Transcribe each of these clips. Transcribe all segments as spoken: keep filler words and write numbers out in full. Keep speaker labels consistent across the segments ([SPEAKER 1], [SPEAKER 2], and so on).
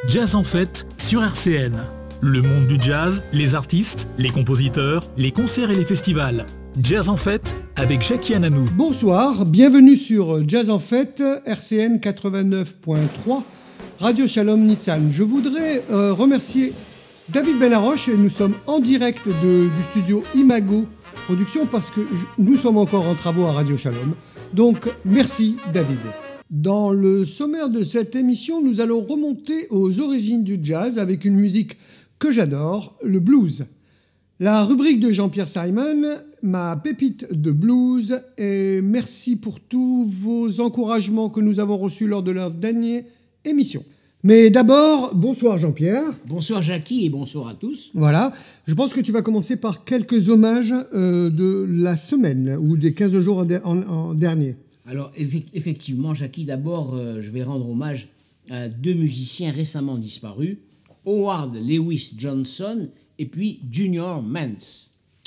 [SPEAKER 1] Jazz en fête sur R C N. Le monde du jazz, les artistes, les compositeurs, les concerts et les festivals. Jazz en fête avec Jackie Ananou.
[SPEAKER 2] Bonsoir, bienvenue sur Jazz en fête, R C N quatre-vingt-neuf point trois, Radio Shalom Nitzan. Je voudrais euh, remercier David Benaroche et nous sommes en direct de, du studio Imago Production parce que je, nous sommes encore en travaux à Radio Shalom. Donc merci David. Dans le sommaire de cette émission, nous allons remonter aux origines du jazz avec une musique que j'adore, le blues. La rubrique de Jean-Pierre Simon, ma pépite de blues, et merci pour tous vos encouragements que nous avons reçus lors de leur dernière émission. Mais d'abord, bonsoir Jean-Pierre.
[SPEAKER 3] Bonsoir Jackie et bonsoir à tous.
[SPEAKER 2] Voilà, je pense que tu vas commencer par quelques hommages euh, de la semaine ou des quinze jours en, de- en, en dernier.
[SPEAKER 3] Alors effectivement Jackie, d'abord euh, je vais rendre hommage à deux musiciens récemment disparus, Howard Lewis Johnson et puis Junior Mance.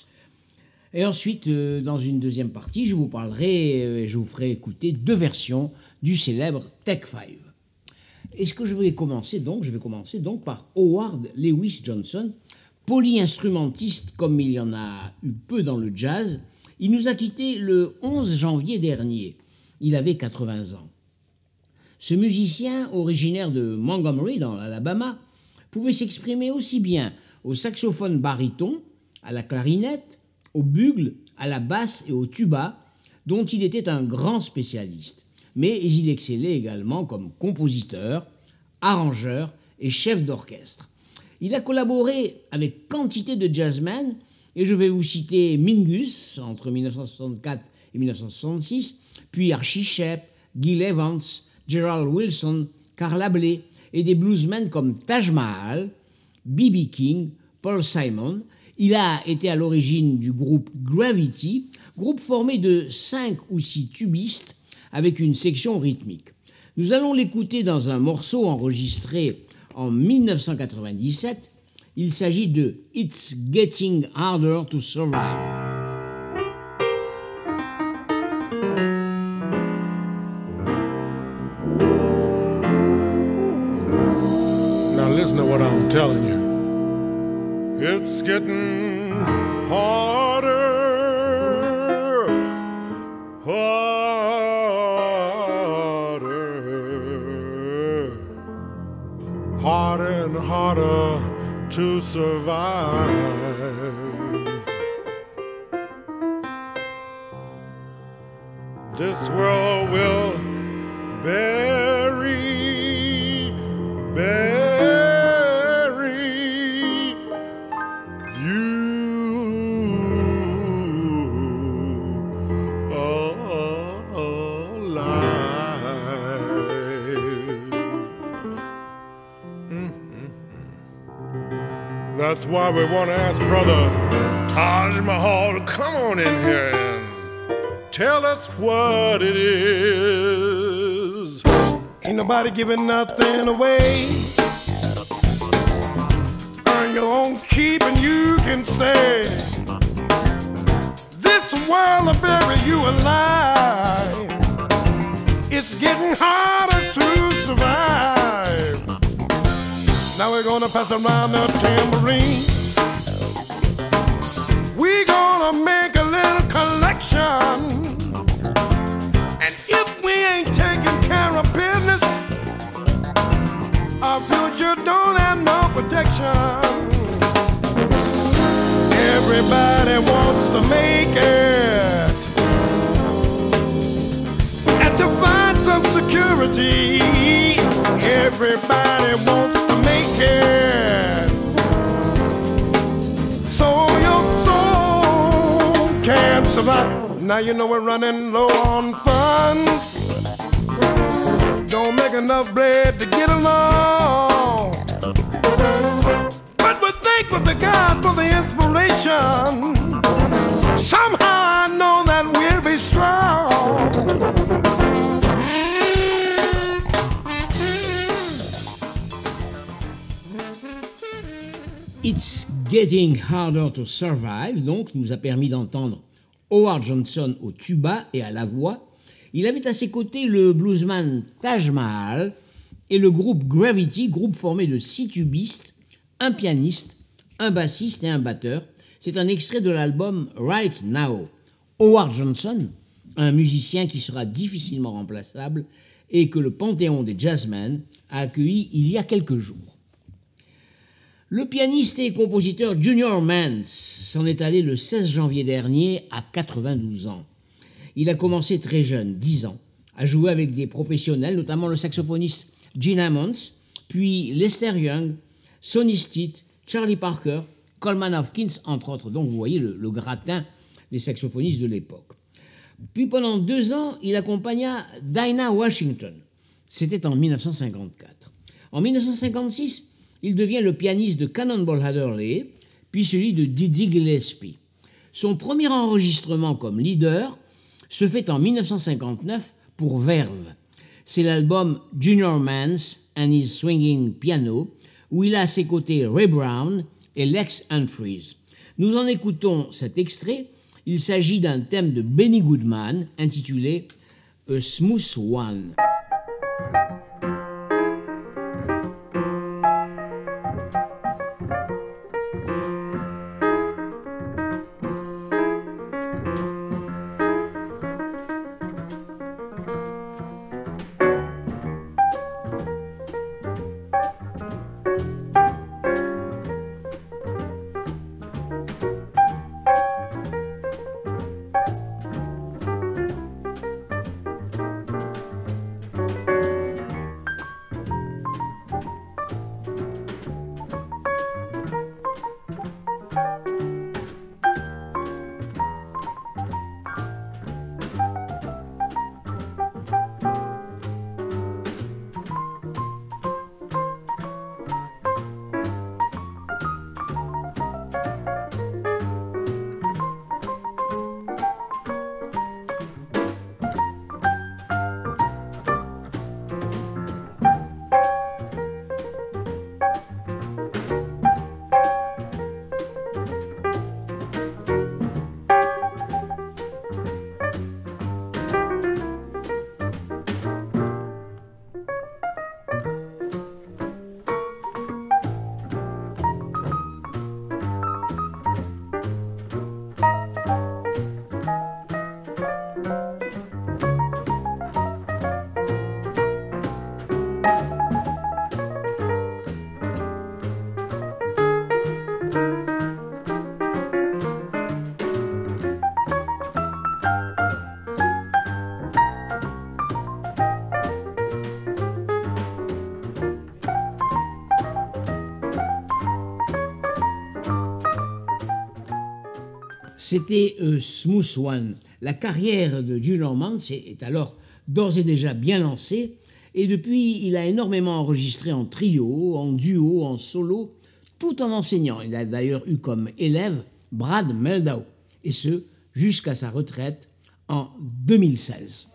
[SPEAKER 3] Et ensuite, euh, dans une deuxième partie, je vous parlerai, euh, je vous ferai écouter deux versions du célèbre Take Five. Et ce que je vais commencer donc, je vais commencer donc par Howard Lewis Johnson, polyinstrumentiste comme il y en a eu peu dans le jazz. Il nous a quittés le onze janvier dernier. Il avait quatre-vingts ans. Ce musicien, originaire de Montgomery, dans l'Alabama, pouvait s'exprimer aussi bien au saxophone baryton, à la clarinette, au bugle, à la basse et au tuba, dont il était un grand spécialiste. Mais il excellait également comme compositeur, arrangeur et chef d'orchestre. Il a collaboré avec quantité de jazzmen, et je vais vous citer Mingus entre dix-neuf cent soixante-quatre et dix-neuf cent soixante-six, puis Archie Shepp, Gil Evans, Gerald Wilson, Carla Bley, et des bluesmen comme Taj Mahal, B B King, Paul Simon. Il a été à l'origine du groupe Gravity, groupe formé de cinq ou six tubistes avec une section rythmique. Nous allons l'écouter dans un morceau enregistré en dix-neuf cent quatre-vingt-dix-sept. Il s'agit de « It's Getting Harder to Survive ».
[SPEAKER 4] Now listen to what I'm telling you. It's getting harder, harder, harder and harder to survive. This world will bury, bury you alive. That's why we want to ask Brother Taj Mahal to come on in here and tell us what it is. Ain't nobody giving nothing away. Earn your own keep and you can stay. This world will bury you alive. It's getting harder to survive. Now we're gonna pass around the tambourine. We're gonna make a little collection. And if we ain't taking care of business, our future don't have no protection. Everybody wants to make it and to find some security. Everybody wants to make it so your soul can survive. Now you know we're running low on funds. Don't make enough bread to get along. But we're thankful to God for the inspiration. Somehow I know that we'll be strong.
[SPEAKER 3] It's Getting Harder to Survive, donc, nous a permis d'entendre Howard Johnson au tuba et à la voix. Il avait à ses côtés le bluesman Taj Mahal et le groupe Gravity, groupe formé de six tubistes, un pianiste, un bassiste et un batteur. C'est un extrait de l'album Right Now. Howard Johnson, un musicien qui sera difficilement remplaçable et que le Panthéon des Jazzmen a accueilli il y a quelques jours. Le pianiste et compositeur Junior Mance s'en est allé le seize janvier dernier à quatre-vingt-douze ans. Il a commencé très jeune, dix ans, à jouer avec des professionnels, notamment le saxophoniste Gene Ammons, puis Lester Young, Sonny Stitt, Charlie Parker, Coleman Hawkins, entre autres. Donc vous voyez le, le gratin des saxophonistes de l'époque. Puis pendant deux ans, il accompagna Dinah Washington. C'était en dix-neuf cent cinquante-quatre. En dix-neuf cent cinquante-six, il devient le pianiste de Cannonball Adderley, puis celui de Dizzy Gillespie. Son premier enregistrement comme leader se fait en dix-neuf cent cinquante-neuf pour Verve. C'est l'album Junior Mance and His Swinging Piano, où il a à ses côtés Ray Brown et Lex Humphries. Nous en écoutons cet extrait. Il s'agit d'un thème de Benny Goodman intitulé A Smooth One. C'était A Smooth One. La carrière de Junior Mance est alors d'ores et déjà bien lancée et depuis, il a énormément enregistré en trio, en duo, en solo, tout en enseignant. Il a d'ailleurs eu comme élève Brad Mehldau, et ce, jusqu'à sa retraite en deux mille seize.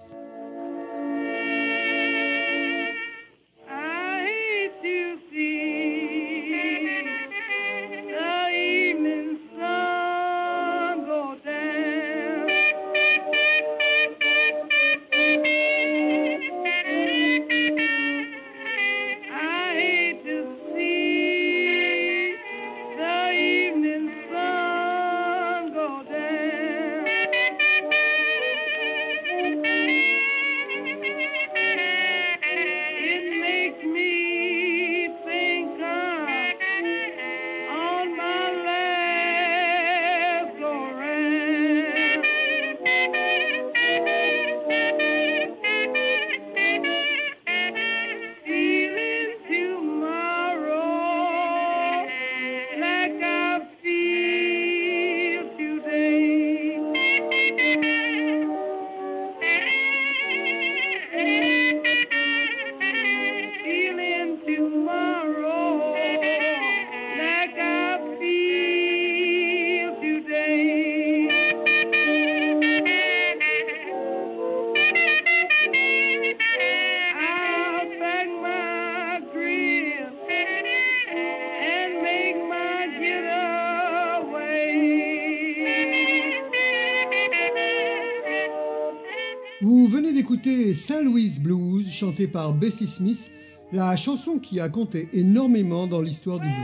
[SPEAKER 2] Vous venez d'écouter Saint Louis Blues, chanté par Bessie Smith la chanson qui a compté énormément dans l'histoire du blues.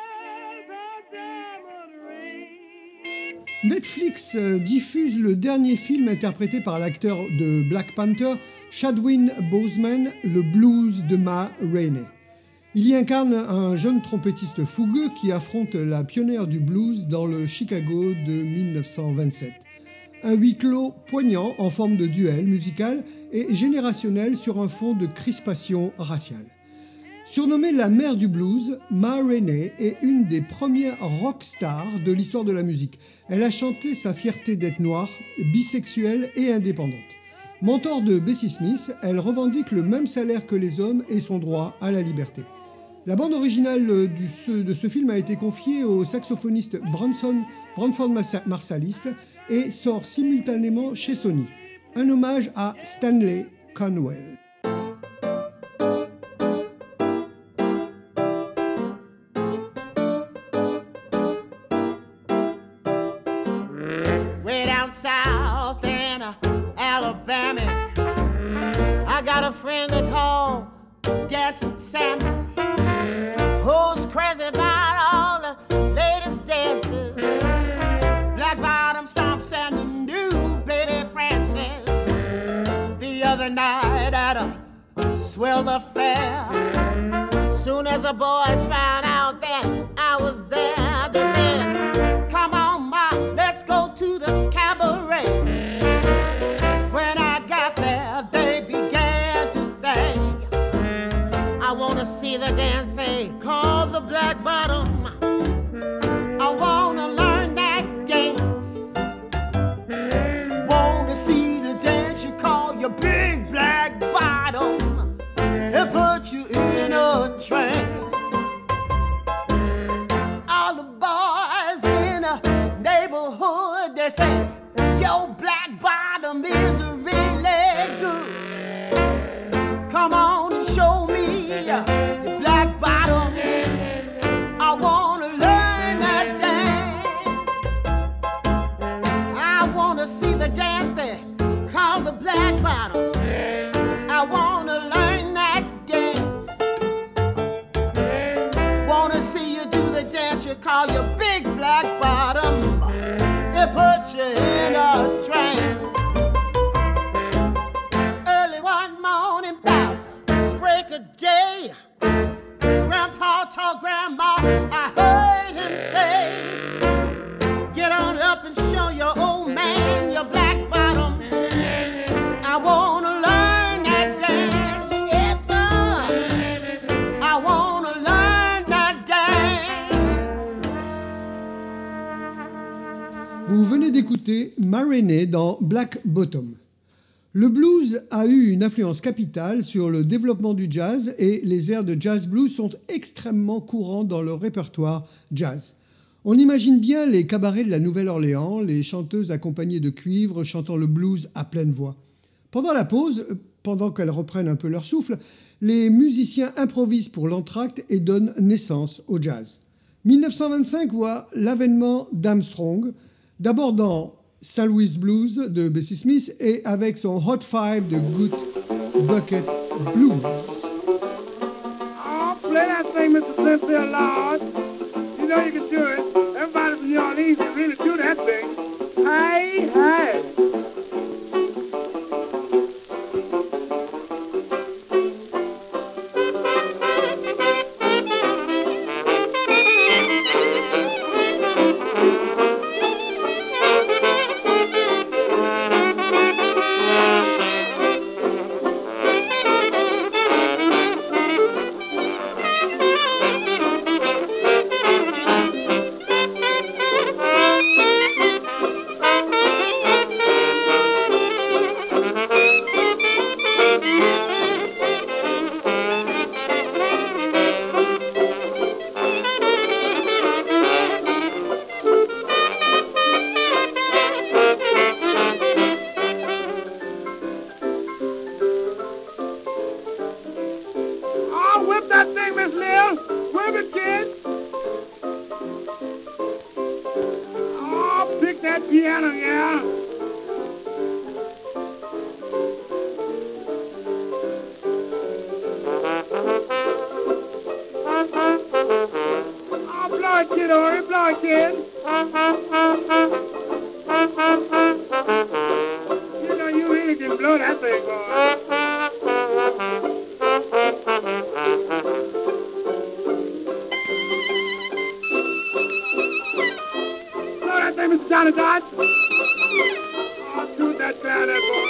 [SPEAKER 2] Netflix diffuse le dernier film interprété par l'acteur de Black Panther, Chadwick Boseman, le blues de Ma Rainey. Il y incarne un jeune trompettiste fougueux qui affronte la pionnière du blues dans le Chicago de mille neuf cent vingt-sept. Un huis clos poignant en forme de duel musical et générationnel sur un fond de crispation raciale. Surnommée la mère du blues, Ma Rainey est une des premières rock stars de l'histoire de la musique. Elle a chanté sa fierté d'être noire, bisexuelle et indépendante. Mentor de Bessie Smith, elle revendique le même salaire que les hommes et son droit à la liberté. La bande originale du, ce, de ce film a été confiée au saxophoniste Branson, Branford Marsalis et sort simultanément chez Sony. Un hommage à Stanley Conwell.
[SPEAKER 5] Way down south in Alabama, I got a friend they call Dancing Sammy, who's crazy about all the latest dances, black bottom stomps and the new baby prances. The other night at a swell affair, soon as the boys found out that I was there, they said, "Come on, Ma, let's go to the cabaret." When I got there, they began to say, "I wanna see the dance they call the black bottom. I wanna learn that dance. Wanna see the dance you call your big black bottom. It puts you in a trance." All the boys in the neighborhood, they say, "Your black bottom is really good. Come on and show me your black bottom. I wanna learn that dance. I wanna see the dance they call the black bottom. I wanna learn that dance. Wanna see you do the dance you call your big black bottom. It puts you in a trance." Early one morning, about the break of day, Grandpa told Grandma, I heard him say, "Get on up and show your old man your black bottom. I wanna learn that dance. Yes, sir. I wanna learn that dance."
[SPEAKER 2] Vous venez d'écouter Ma Rainey dans Black Bottom. Le blues a eu une influence capitale sur le développement du jazz et les airs de jazz blues sont extrêmement courants dans le répertoire jazz. On imagine bien les cabarets de la Nouvelle-Orléans, les chanteuses accompagnées de cuivre chantant le blues à pleine voix. Pendant la pause, pendant qu'elles reprennent un peu leur souffle, les musiciens improvisent pour l'entracte et donnent naissance au jazz. mille neuf cent vingt-cinq voit l'avènement d'Armstrong, d'abord dans Saint Louis Blues de Bessie Smith et avec son Hot Five de Good Bucket Blues.
[SPEAKER 6] Oh, play that thing, Mister Sincere Lord. You know you can do it. Everybody from New Orleans can really do that thing. Hey, hey. Thank you. Oh, blow it, kid, Ori, blow it, kid. You know, you really can blow that thing, boy. Blow that thing, Mister Johnny Dodge. Oh, shoot that clarinet, boy.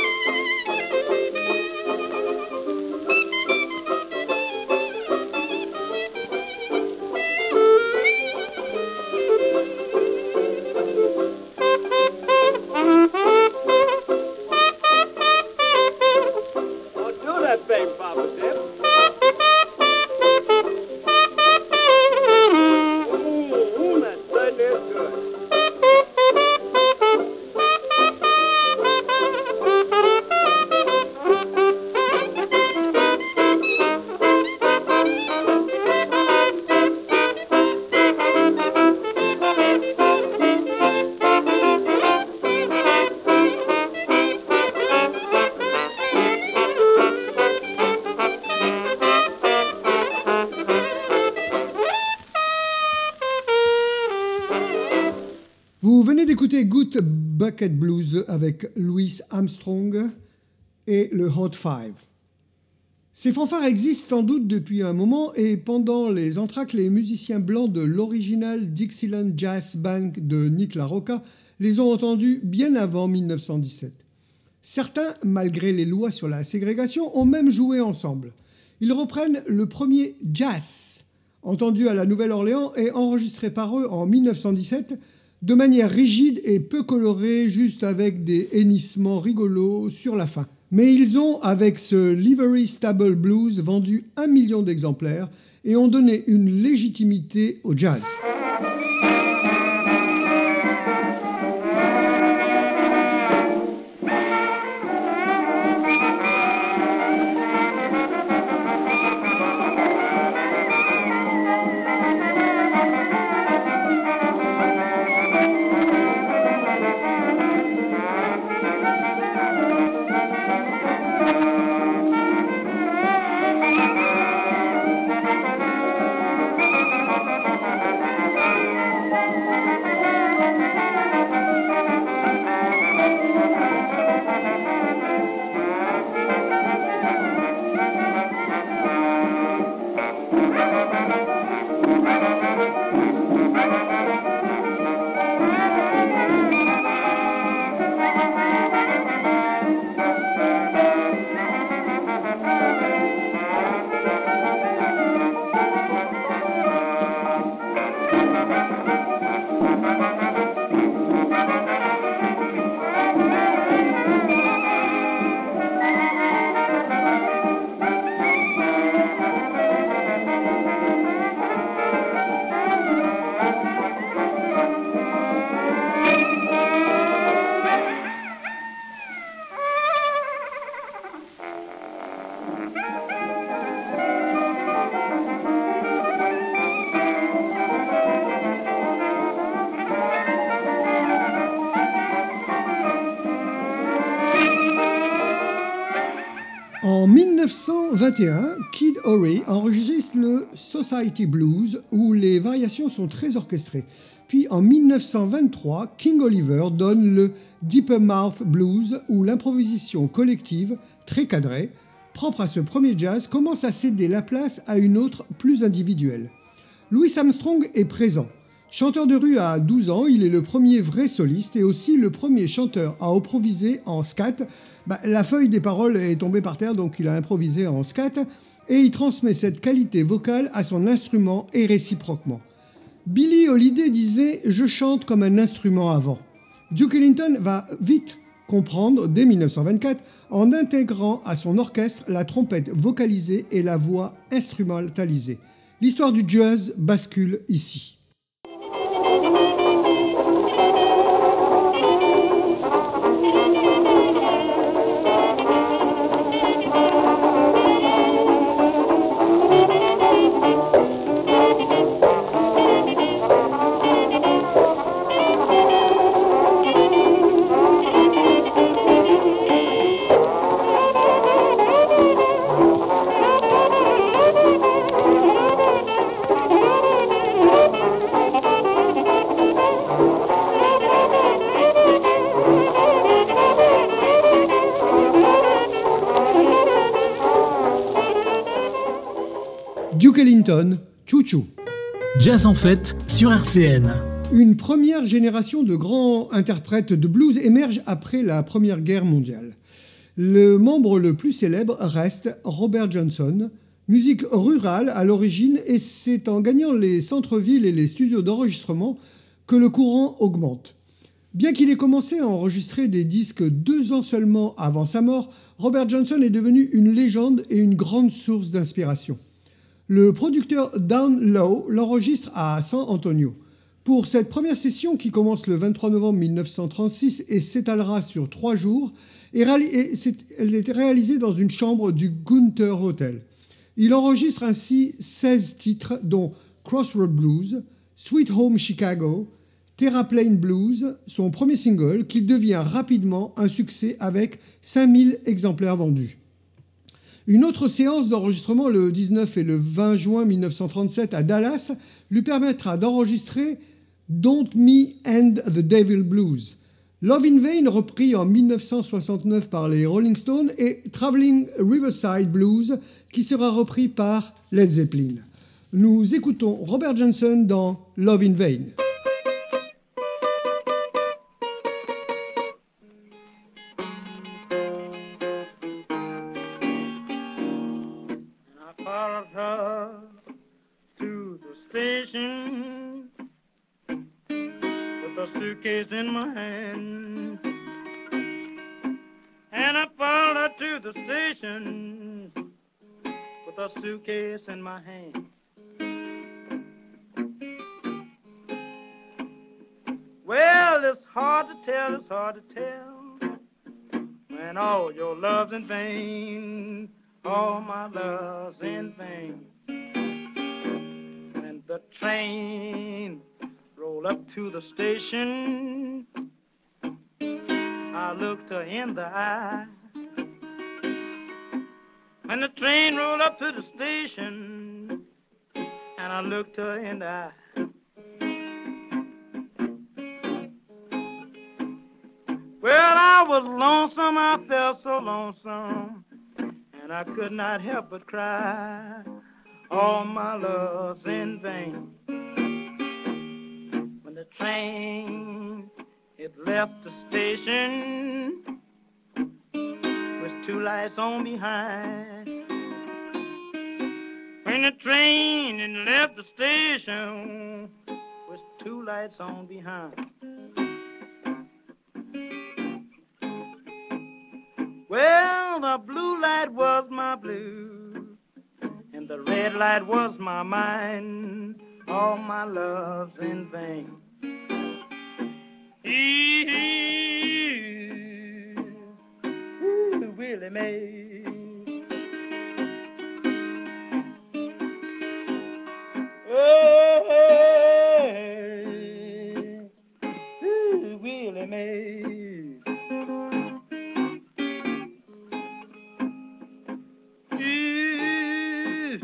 [SPEAKER 2] Vous venez d'écouter Good Bucket Blues avec Louis Armstrong et le Hot Five. Ces fanfares existent sans doute depuis un moment et pendant les entr'actes, les musiciens blancs de l'original Dixieland Jazz Band de Nick LaRocca les ont entendus bien avant mille neuf cent dix-sept. Certains, malgré les lois sur la ségrégation, ont même joué ensemble. Ils reprennent le premier jazz, entendu à la Nouvelle-Orléans et enregistré par eux en mille neuf cent dix-sept, de manière rigide et peu colorée, juste avec des hennissements rigolos sur la fin. Mais ils ont, avec ce Livery Stable Blues, vendu un million d'exemplaires et ont donné une légitimité au jazz. En mille neuf cent vingt et un, Kid Ory enregistre le Society Blues, où les variations sont très orchestrées. Puis en mille neuf cent vingt-trois, King Oliver donne le Deeper Mouth Blues, où l'improvisation collective, très cadrée, propre à ce premier jazz, commence à céder la place à une autre plus individuelle. Louis Armstrong est présent. Chanteur de rue à douze ans, il est le premier vrai soliste et aussi le premier chanteur à improviser en scat. Bah, la feuille des paroles est tombée par terre, donc il a improvisé en scat et il transmet cette qualité vocale à son instrument et réciproquement. Billie Holiday disait « Je chante comme un instrument avant ». Duke Ellington va vite comprendre, dès mille neuf cent vingt-quatre, en intégrant à son orchestre la trompette vocalisée et la voix instrumentalisée. L'histoire du jazz bascule ici. Ellington, Chouchou.
[SPEAKER 1] Jazz en fête sur R C N.
[SPEAKER 2] Une première génération de grands interprètes de blues émerge après la Première Guerre mondiale. Le membre le plus célèbre reste Robert Johnson, musique rurale à l'origine, et c'est en gagnant les centres-villes et les studios d'enregistrement que le courant augmente. Bien qu'il ait commencé à enregistrer des disques deux ans seulement avant sa mort, Robert Johnson est devenu une légende et une grande source d'inspiration. Le producteur Don Lowe l'enregistre à San Antonio. Pour cette première session qui commence le vingt-trois novembre mille neuf cent trente-six et s'étalera sur trois jours, elle est réalisée dans une chambre du Gunther Hotel. Il enregistre ainsi seize titres, dont Crossroad Blues, Sweet Home Chicago, Terraplane Blues, son premier single, qui devient rapidement un succès avec cinq mille exemplaires vendus. Une autre séance d'enregistrement le dix-neuf et le vingt juin mille neuf cent trente-sept à Dallas lui permettra d'enregistrer Don't Me and the Devil Blues, Love in Vain repris en mille neuf cent soixante-neuf par les Rolling Stones et Traveling Riverside Blues qui sera repris par Led Zeppelin. Nous écoutons Robert Johnson dans Love in Vain.
[SPEAKER 7] Suitcase in my hand, and I followed her to the station with a suitcase in my hand. Well, it's hard to tell, it's hard to tell when all your love's in vain, all my love's in vain. When the train roll up to the station, I looked her in the eye. When the train rolled up to the station, and I looked her in the eye. Well, I was lonesome, I felt so lonesome, and I could not help but cry. All my love's in vain. The train, it left the station with two lights on behind. When the train it left the station with two lights on behind. Well, the blue light was my blue, and the red light was my mind. All my love's in vain. Ooh, Willie Mae. Oh, hey. Ooh, Willie Mae. Ooh,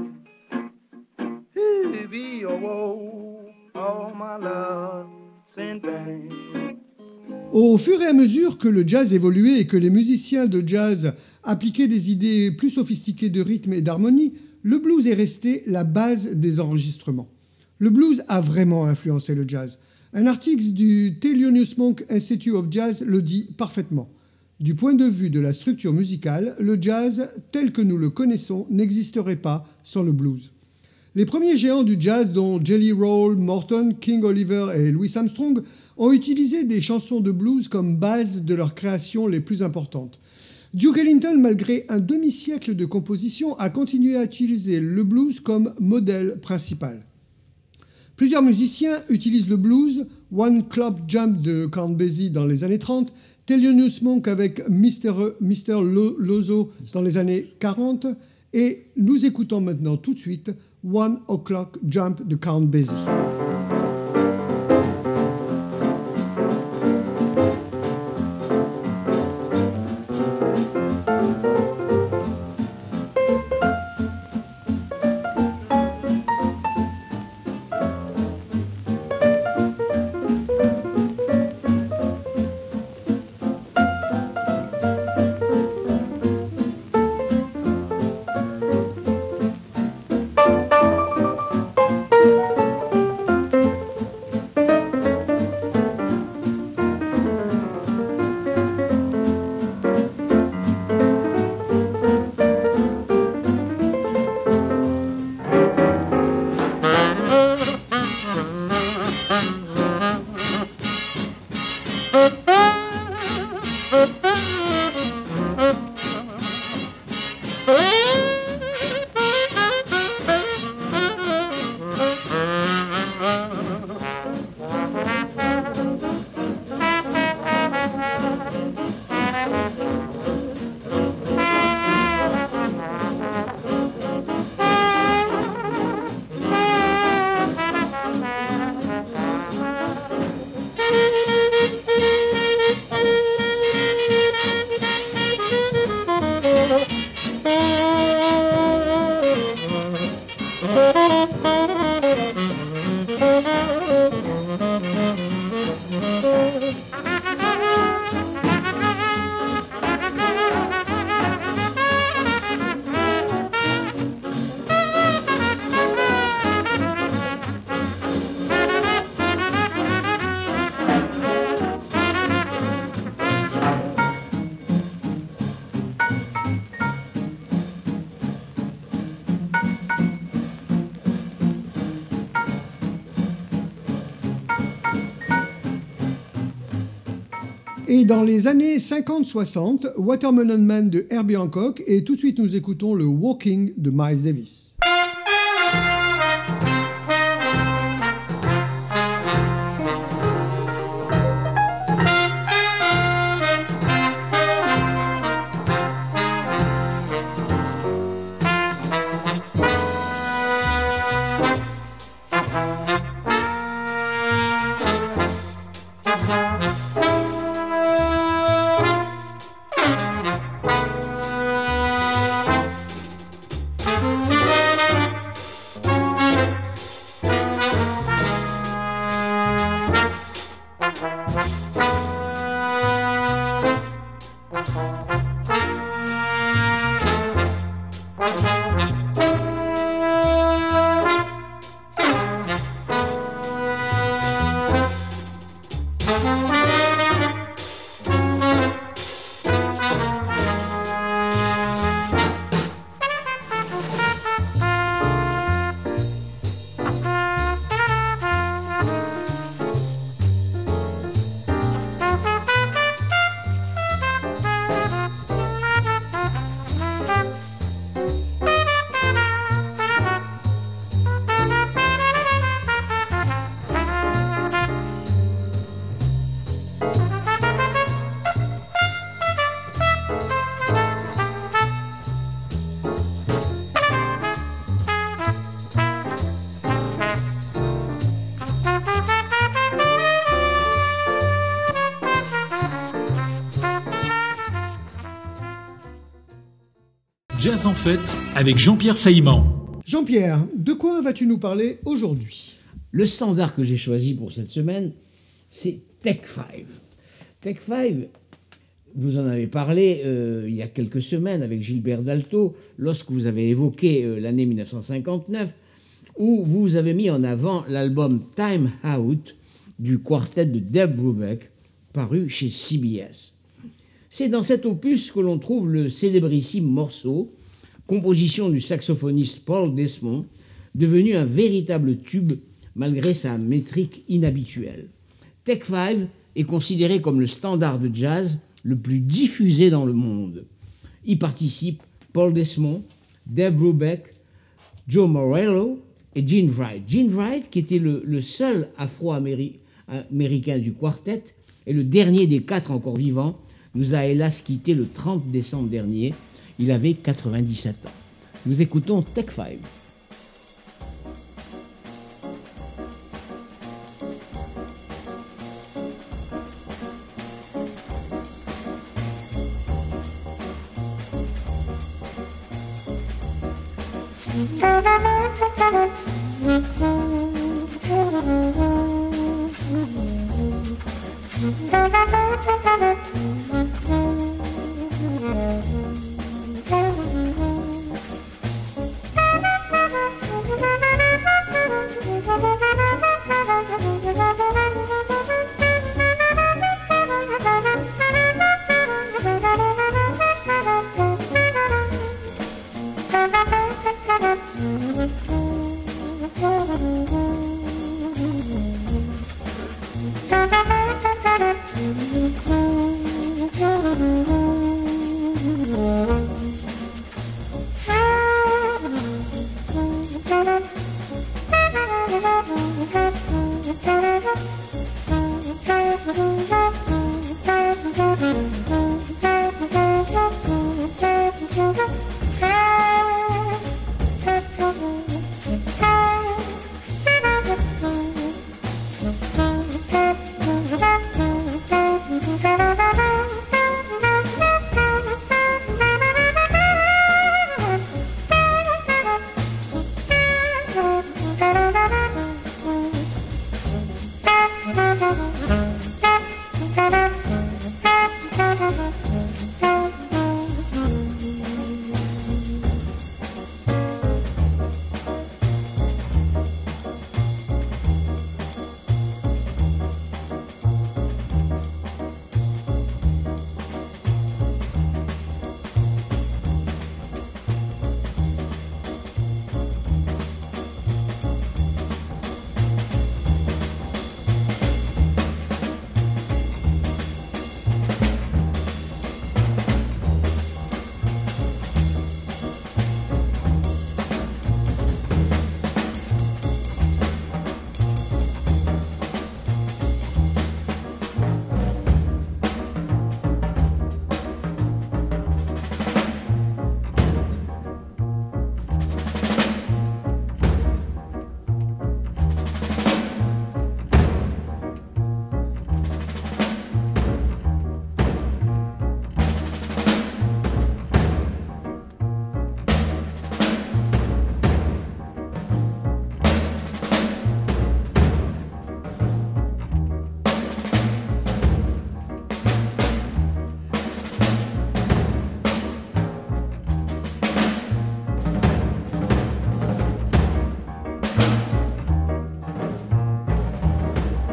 [SPEAKER 7] ooh, be a woe, all my love's in vain.
[SPEAKER 2] Au fur et à mesure que le jazz évoluait et que les musiciens de jazz appliquaient des idées plus sophistiquées de rythme et d'harmonie, le blues est resté la base des enregistrements. Le blues a vraiment influencé le jazz. Un article du Thelonious Monk Institute of Jazz le dit parfaitement. Du point de vue de la structure musicale, le jazz, tel que nous le connaissons, n'existerait pas sans le blues. Les premiers géants du jazz, dont Jelly Roll, Morton, King Oliver et Louis Armstrong, ont utilisé des chansons de blues comme base de leurs créations les plus importantes. Duke Ellington, malgré un demi-siècle de composition, a continué à utiliser le blues comme modèle principal. Plusieurs musiciens utilisent le blues, One Clock Jump de Count Basie dans les années trente, Thelonious Monk avec Mister Mister Lozo dans les années quarante, et nous écoutons maintenant tout de suite One O'Clock Jump de Count Basie.
[SPEAKER 7] Thank you.
[SPEAKER 2] Et dans les années cinquante soixante, Watermelon Man de Herbie Hancock, et tout de suite nous écoutons le Walking de Miles Davis.
[SPEAKER 1] Jazz en fête avec Jean-Pierre Saïman.
[SPEAKER 2] Jean-Pierre, de quoi vas-tu nous parler aujourd'hui ?
[SPEAKER 3] Le standard que j'ai choisi pour cette semaine, c'est Take Five. Take Five, vous en avez parlé euh, il y a quelques semaines avec Gilbert Dalto, lorsque vous avez évoqué euh, l'année dix-neuf cent cinquante-neuf, où vous avez mis en avant l'album Time Out du quartet de Dave Brubeck, paru chez C B S. C'est dans cet opus que l'on trouve le célébrissime morceau, composition du saxophoniste Paul Desmond, devenu un véritable tube malgré sa métrique inhabituelle. Take Five est considéré comme le standard de jazz le plus diffusé dans le monde. Y participent Paul Desmond, Dave Brubeck, Joe Morello et Gene Wright. Gene Wright, qui était le, le seul afro-américain du quartet et le dernier des quatre encore vivants, nous a hélas quitté le trente décembre dernier. Il avait quatre-vingt-dix-sept ans. Nous écoutons Take Five.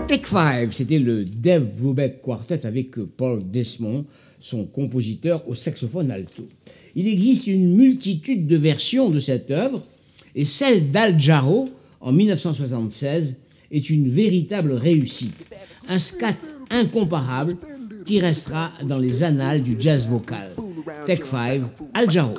[SPEAKER 3] Take Five, c'était le Dave Brubeck Quartet avec Paul Desmond, son compositeur au saxophone alto. Il existe une multitude de versions de cette œuvre, et celle d'Al Jarreau, en mille neuf cent soixante-seize, est une véritable réussite. Un scat incomparable qui restera dans les annales du jazz vocal. Take Five, Al Jarreau.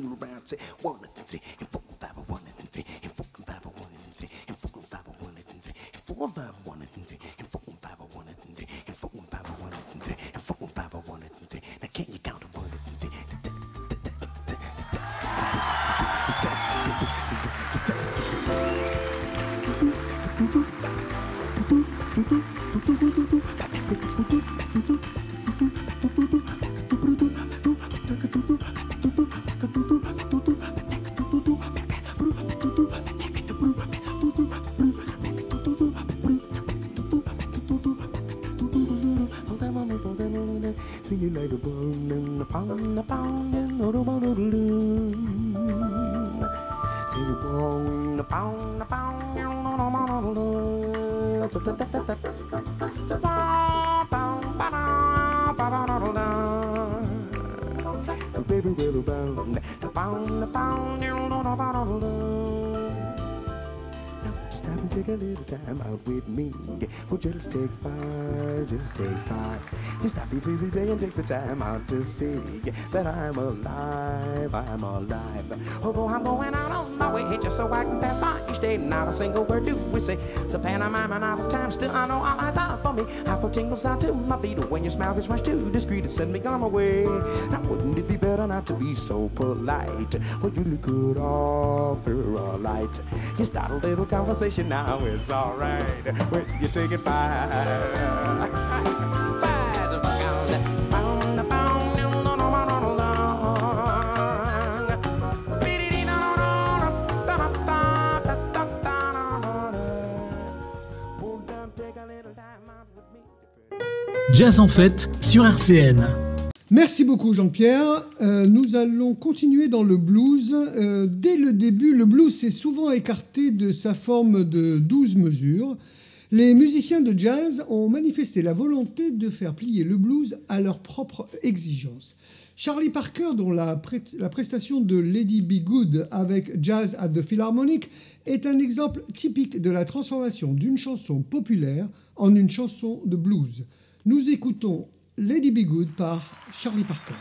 [SPEAKER 8] Just stop and take a little time out with me. Oh, just take five, just take five. Just stop your busy day and take the time out to see that I'm alive, I'm alive. Although I'm going out on my way just so I can pass by each day, not a single word do we say. It's a pantomime and out of time, still I know all eyes are for me. I feel tingles down to my feet when your smile gets much too discreet to send me on my way. Now wouldn't it be better not to be so polite? Well, you look good off for a light. You start a little conversation now, it's alright when you take it by.
[SPEAKER 1] Jazz en fête sur R C N.
[SPEAKER 2] Merci beaucoup Jean-Pierre. Euh, nous allons continuer dans le blues. Euh, dès le début, le blues s'est souvent écarté de sa forme de douze mesures. Les musiciens de jazz ont manifesté la volonté de faire plier le blues à leurs propres exigences. Charlie Parker, dont la, pré- la prestation de Lady Be Good avec Jazz at the Philharmonic est un exemple typique de la transformation d'une chanson populaire en une chanson de blues. Nous écoutons Lady Be Good par Charlie Parker.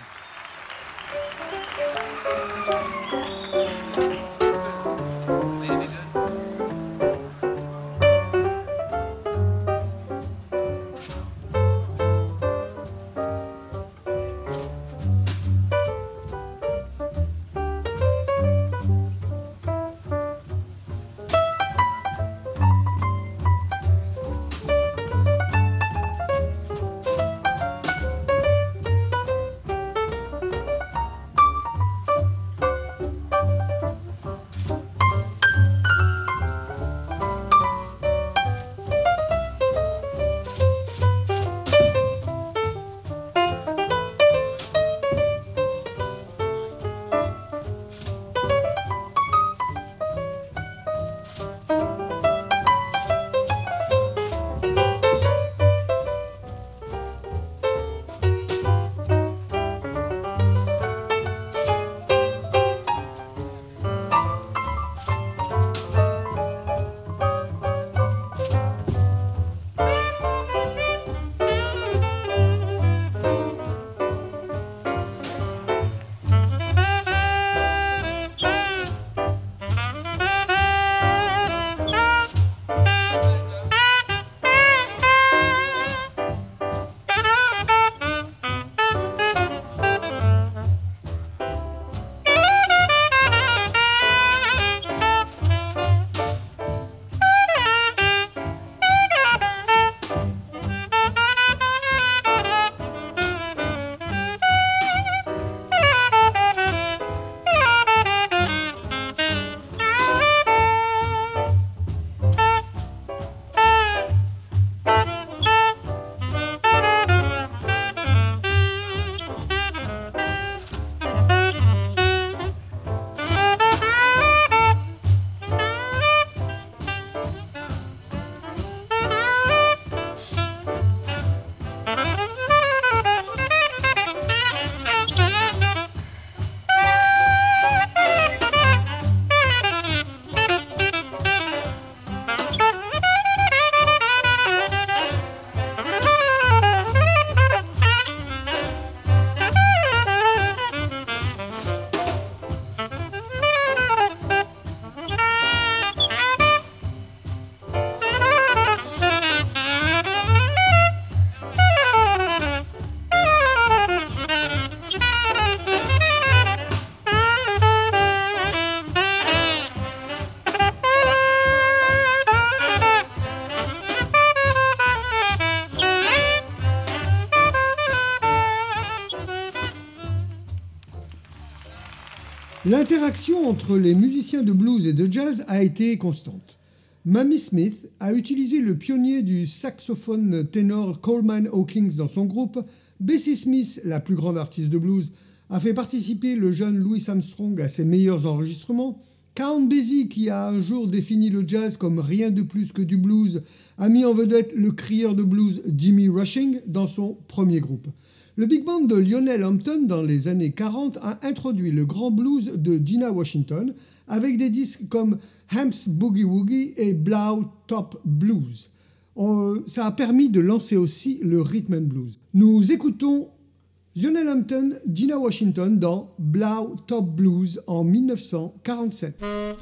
[SPEAKER 2] L'interaction entre les musiciens de blues et de jazz a été constante. Mamie Smith a utilisé le pionnier du saxophone ténor Coleman Hawkins dans son groupe. Bessie Smith, la plus grande artiste de blues, a fait participer le jeune Louis Armstrong à ses meilleurs enregistrements. Count Basie, qui a un jour défini le jazz comme rien de plus que du blues, a mis en vedette le crieur de blues Jimmy Rushing dans son premier groupe. Le big band de Lionel Hampton, dans les années quarante, a introduit le grand blues de Dinah Washington avec des disques comme Hamp's Boogie Woogie et Blau Top Blues. On, ça a permis de lancer aussi le rhythm and blues. Nous écoutons Lionel Hampton, Dinah Washington dans Blau Top Blues en dix-neuf cent quarante-sept.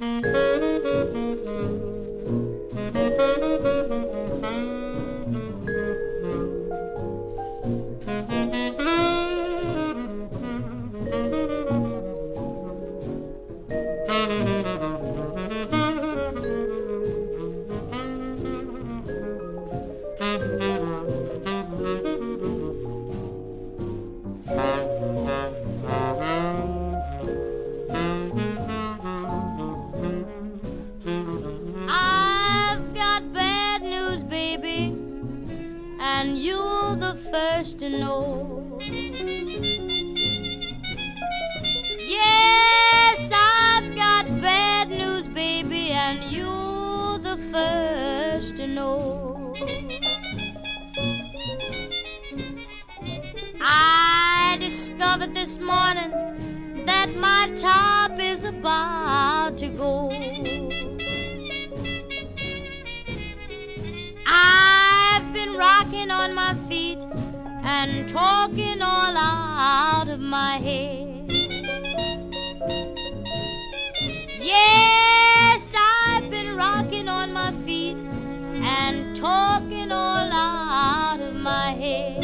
[SPEAKER 9] First to know. Yes, I've got bad news, baby, and you're the first to know. I discovered this morning that my top is about to go. I've been rocking on my feet and talking all out of my head. Yes, I've been rocking on my feet and talking all out of my head.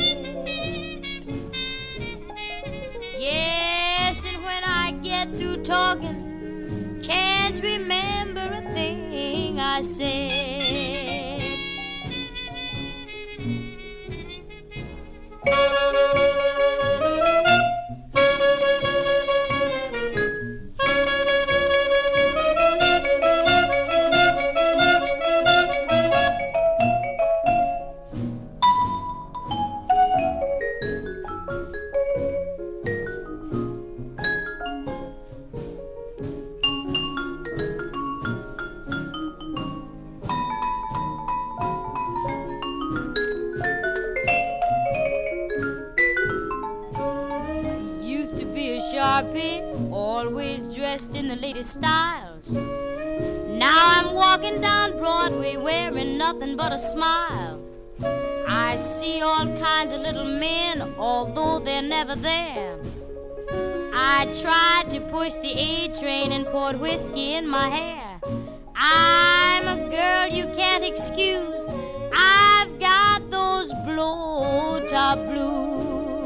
[SPEAKER 9] Yes, and when I get through talking, can't remember a thing I said. Always dressed in the latest styles. Now I'm walking down Broadway wearing nothing but a smile. I see all kinds of little men, although they're never there. I tried to push the A train and poured whiskey in my hair. I'm a girl you can't excuse. I've got those blow-top blues.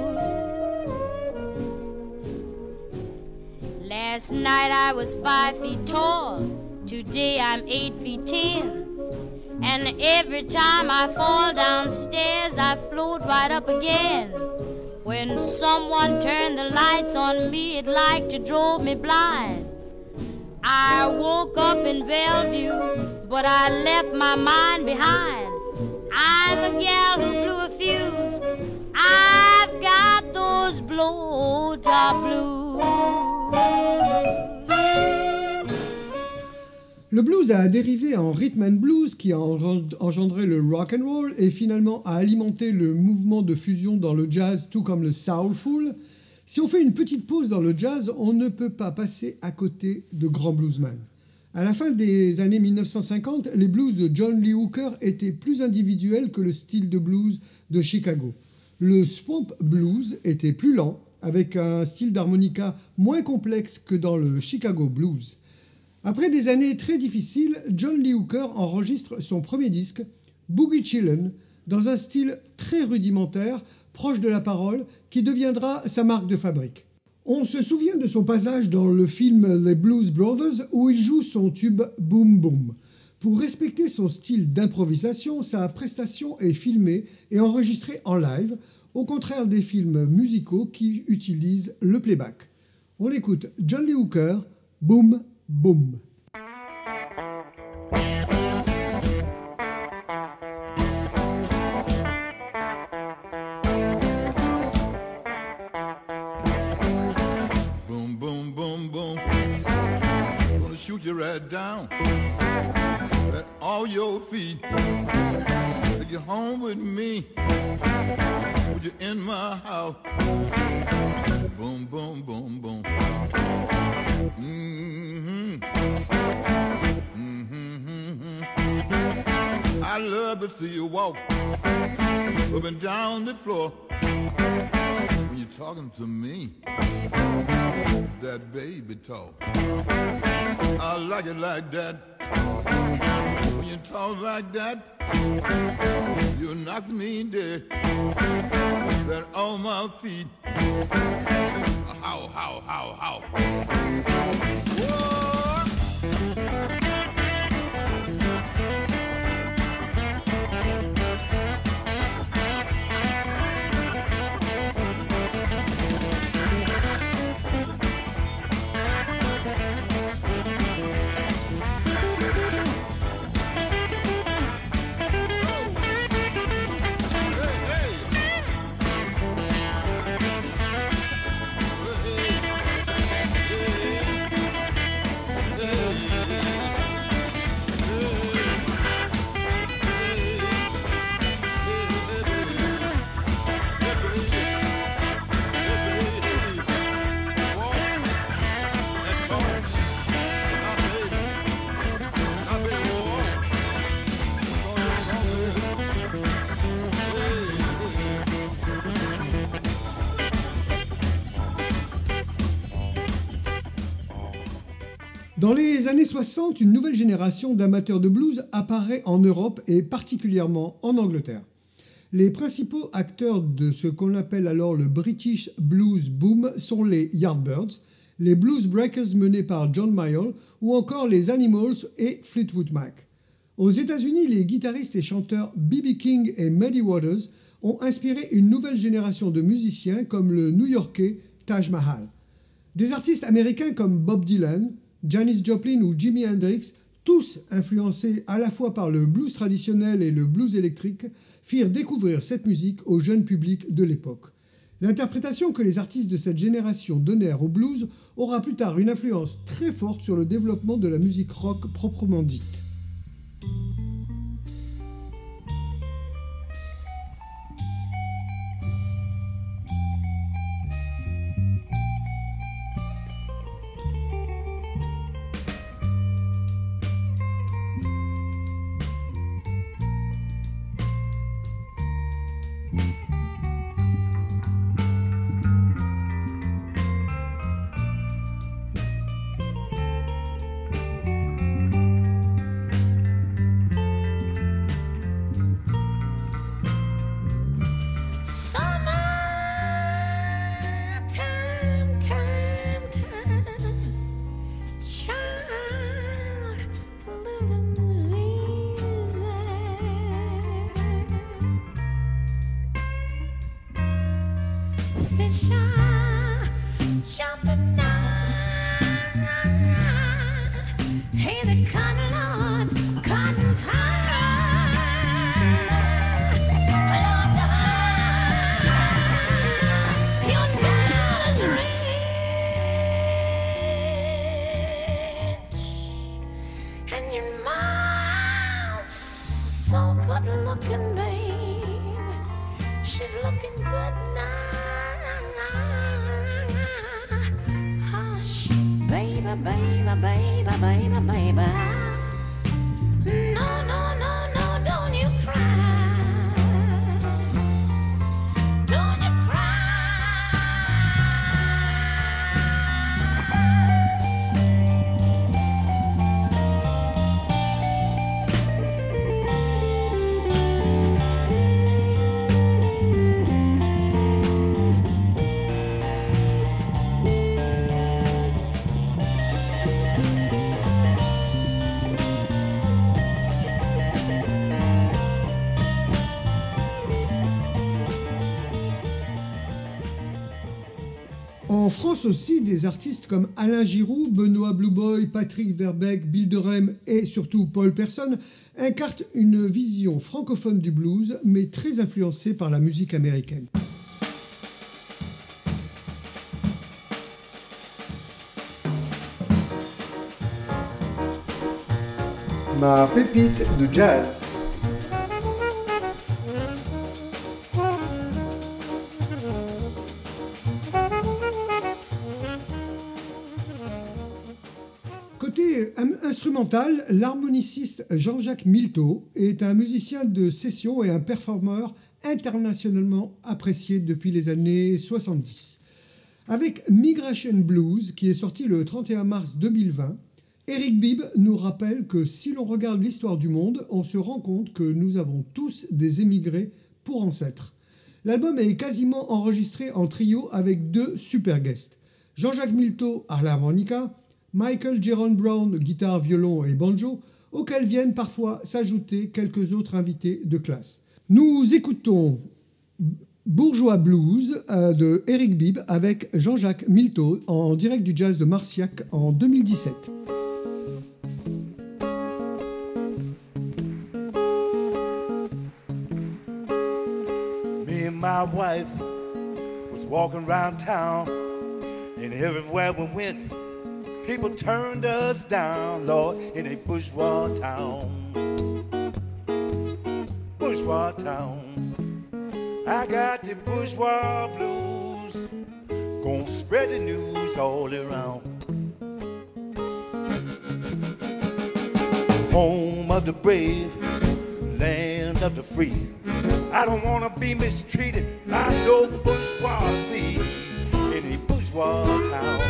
[SPEAKER 9] Last night I was five feet tall, today I'm eight feet ten. And every time I fall downstairs, I float right up again. When someone turned the lights on me, it like to drove me blind. I woke up in Bellevue, but I left my mind behind. I'm a gal who blew a fuse. I've got those blow-top blues.
[SPEAKER 2] Le blues a dérivé en rhythm and blues qui a engendré le rock and roll et finalement a alimenté le mouvement de fusion dans le jazz, tout comme le soulful. Si on fait une petite pause dans le jazz, on ne peut pas passer à côté de grands bluesmen. À la fin des années dix-neuf cent cinquante, les blues de John Lee Hooker étaient plus individuels que le style de blues de Chicago. Le swamp blues était plus lent, avec un style d'harmonica moins complexe que dans le Chicago blues. Après des années très difficiles, John Lee Hooker enregistre son premier disque, Boogie Chillin', dans un style très rudimentaire, proche de la parole, qui deviendra sa marque de fabrique. On se souvient de son passage dans le film Les Blues Brothers, où il joue son tube Boom Boom. Pour respecter son style d'improvisation, sa prestation est filmée et enregistrée en live, au contraire des films musicaux qui utilisent le playback. On écoute John Lee Hooker, Boom Boom.
[SPEAKER 10] Boom, boom, boom, boom. Gonna shoot you right down at all your feet. Take you home with me. Put you in my house. Boom, boom, boom, boom. Mm-hmm. Mm-hmm. I love to see you walk up and down the floor when you're talking to me. That baby talk, I like it like that. When you talk like that, you knock me dead. That on my feet. How, how, how, how. Whoa.
[SPEAKER 2] Dans les années soixante, une nouvelle génération d'amateurs de blues apparaît en Europe et particulièrement en Angleterre. Les principaux acteurs de ce qu'on appelle alors le British Blues Boom sont les Yardbirds, les Blues Breakers menés par John Mayall ou encore les Animals et Fleetwood Mac. Aux États-Unis, les guitaristes et chanteurs B B King et Muddy Waters ont inspiré une nouvelle génération de musiciens comme le New-Yorkais Taj Mahal. Des artistes américains comme Bob Dylan, Janis Joplin ou Jimi Hendrix, tous influencés à la fois par le blues traditionnel et le blues électrique, firent découvrir cette musique au jeune public de l'époque. L'interprétation que les artistes de cette génération donnèrent au blues aura plus tard une influence très forte sur le développement de la musique rock proprement dite. En France aussi, des artistes comme Alain Giroux, Benoît Blueboy, Patrick Verbeek, Bill Durham et surtout Paul Person incarnent une vision francophone du blues, mais très influencée par la musique américaine. Ma pépite de jazz. Côté instrumental, l'harmoniciste Jean-Jacques Milteau est un musicien de session et un performeur internationalement apprécié depuis les années soixante-dix. Avec Migration Blues, qui est sorti le trente et un mars deux mille vingt, Eric Bibb nous rappelle que si l'on regarde l'histoire du monde, on se rend compte que nous avons tous des émigrés pour ancêtres. L'album est quasiment enregistré en trio avec deux super guests. Jean-Jacques Milteau à l'harmonica, Michael Jerome Brown, guitare, violon et banjo, auxquels viennent parfois s'ajouter quelques autres invités de classe. Nous écoutons Bourgeois Blues de Eric Bibb avec Jean-Jacques Milteau en direct du jazz de Marciac en deux mille dix-sept.
[SPEAKER 11] My wife was walking around town, and everywhere we went, people turned us down, Lord, in a bourgeois town. Bourgeois town. I got the bourgeois blues, gonna spread the news all around. Home of the brave, land of the free. I don't wanna be mistreated by no bourgeoisie in a bourgeois town.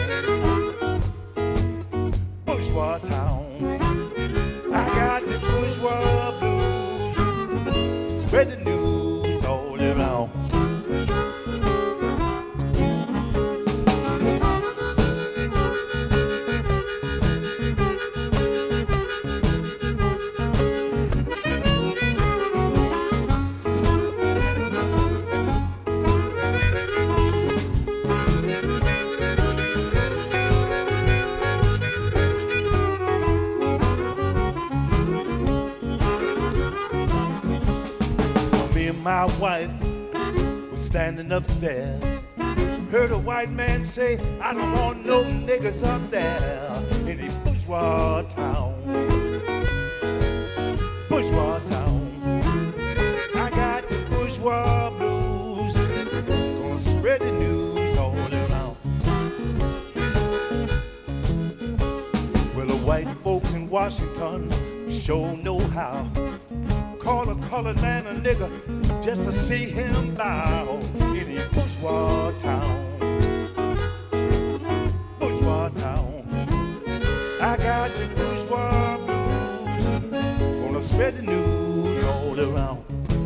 [SPEAKER 11] Bourgeois town. I got the bourgeois blues. Spread the news all around. My wife was standing upstairs, heard a white man say, I don't want no niggas up there in a bourgeois town. Bourgeois town. I got the bourgeois blues, gonna spread the news all around. Well, the white folk in Washington sure know how. Call a colored man a nigga just to see him bow in a bourgeois town. Bourgeois town. I got the bourgeois blues, gonna spread the news all around.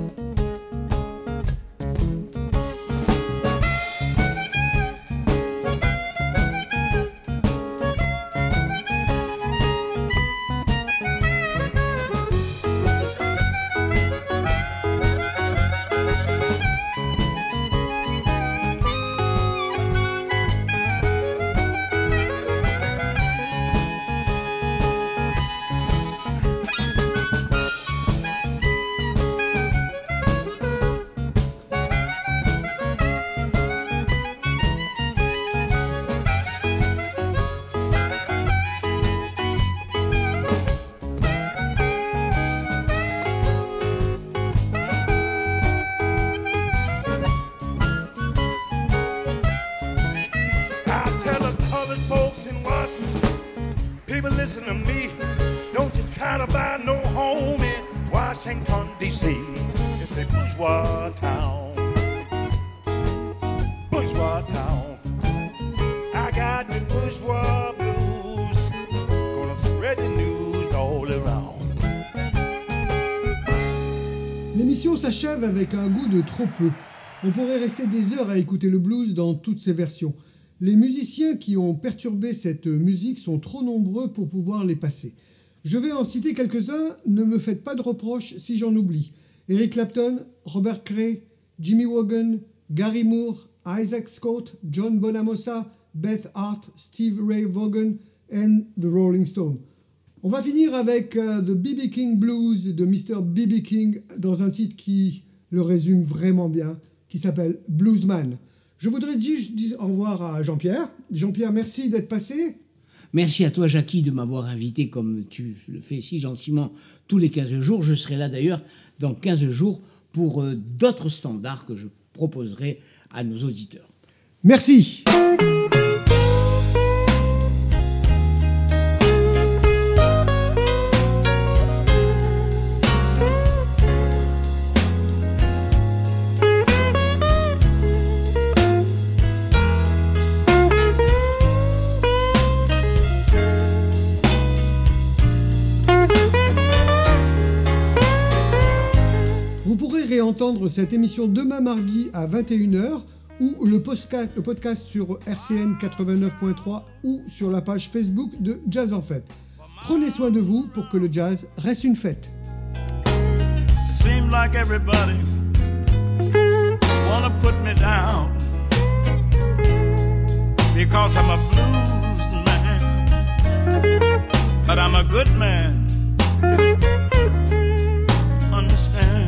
[SPEAKER 11] Listen to me, don't you try to buy no home in Washington, D C It's a bourgeois town. Bourgeois town. I got the bourgeois blues, gonna spread the news all around.
[SPEAKER 2] L'émission s'achève avec un goût de trop peu. On pourrait rester des heures à écouter le blues dans toutes ses versions. Les musiciens qui ont perturbé cette musique sont trop nombreux pour pouvoir les passer. Je vais en citer quelques-uns, ne me faites pas de reproches si j'en oublie. Eric Clapton, Robert Cray, Jimmy Vaughan, Gary Moore, Isaac Scott, John Bonamassa, Beth Hart, Steve Ray Vaughan and The Rolling Stones. On va finir avec uh, The B B King Blues de mister B B King dans un titre qui le résume vraiment bien, qui s'appelle Bluesman. Je voudrais dire, dire au revoir à Jean-Pierre. Jean-Pierre, merci d'être passé.
[SPEAKER 3] Merci à toi, Jackie, de m'avoir invité comme tu le fais si gentiment tous les quinze jours. Je serai là d'ailleurs dans quinze jours pour euh, d'autres standards que je proposerai à nos auditeurs.
[SPEAKER 2] Merci. Entendre cette émission demain mardi à vingt et une heures ou le podcast, le podcast sur R C N quatre-vingt-neuf point trois ou sur la page Facebook de Jazz en Fête. Prenez soin de vous pour que le jazz reste une fête.
[SPEAKER 12] It seems like everybody wanna put me down because I'm a blues man, but I'm a good man. Understand?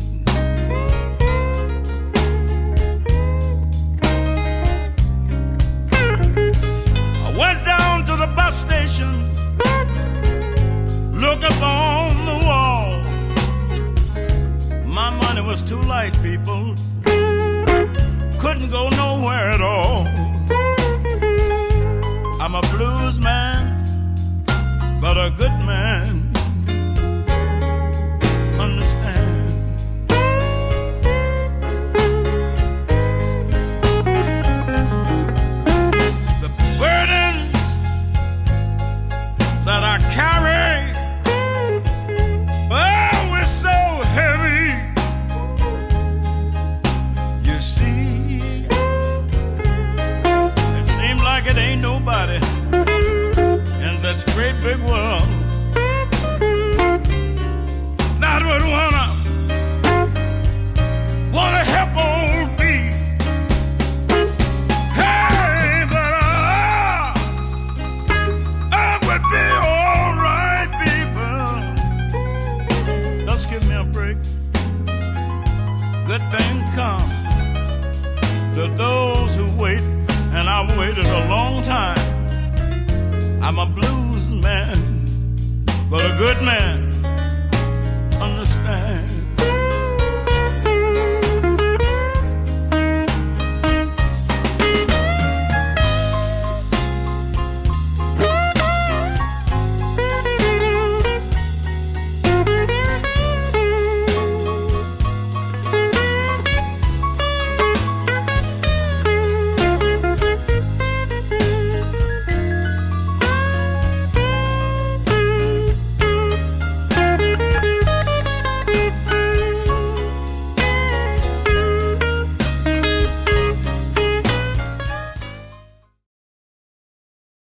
[SPEAKER 12] Went down to the bus station, look up on the wall. My money was too light, people, couldn't go nowhere at all. I'm a blues man, but a good man. Understand? That I carry, oh, it's so heavy. You see, it seems like it ain't nobody in this great big world that would wanna, wanna help old me. Give me a break. Good things come to those who wait, and I've waited a long time. I'm a blues man, but a good man.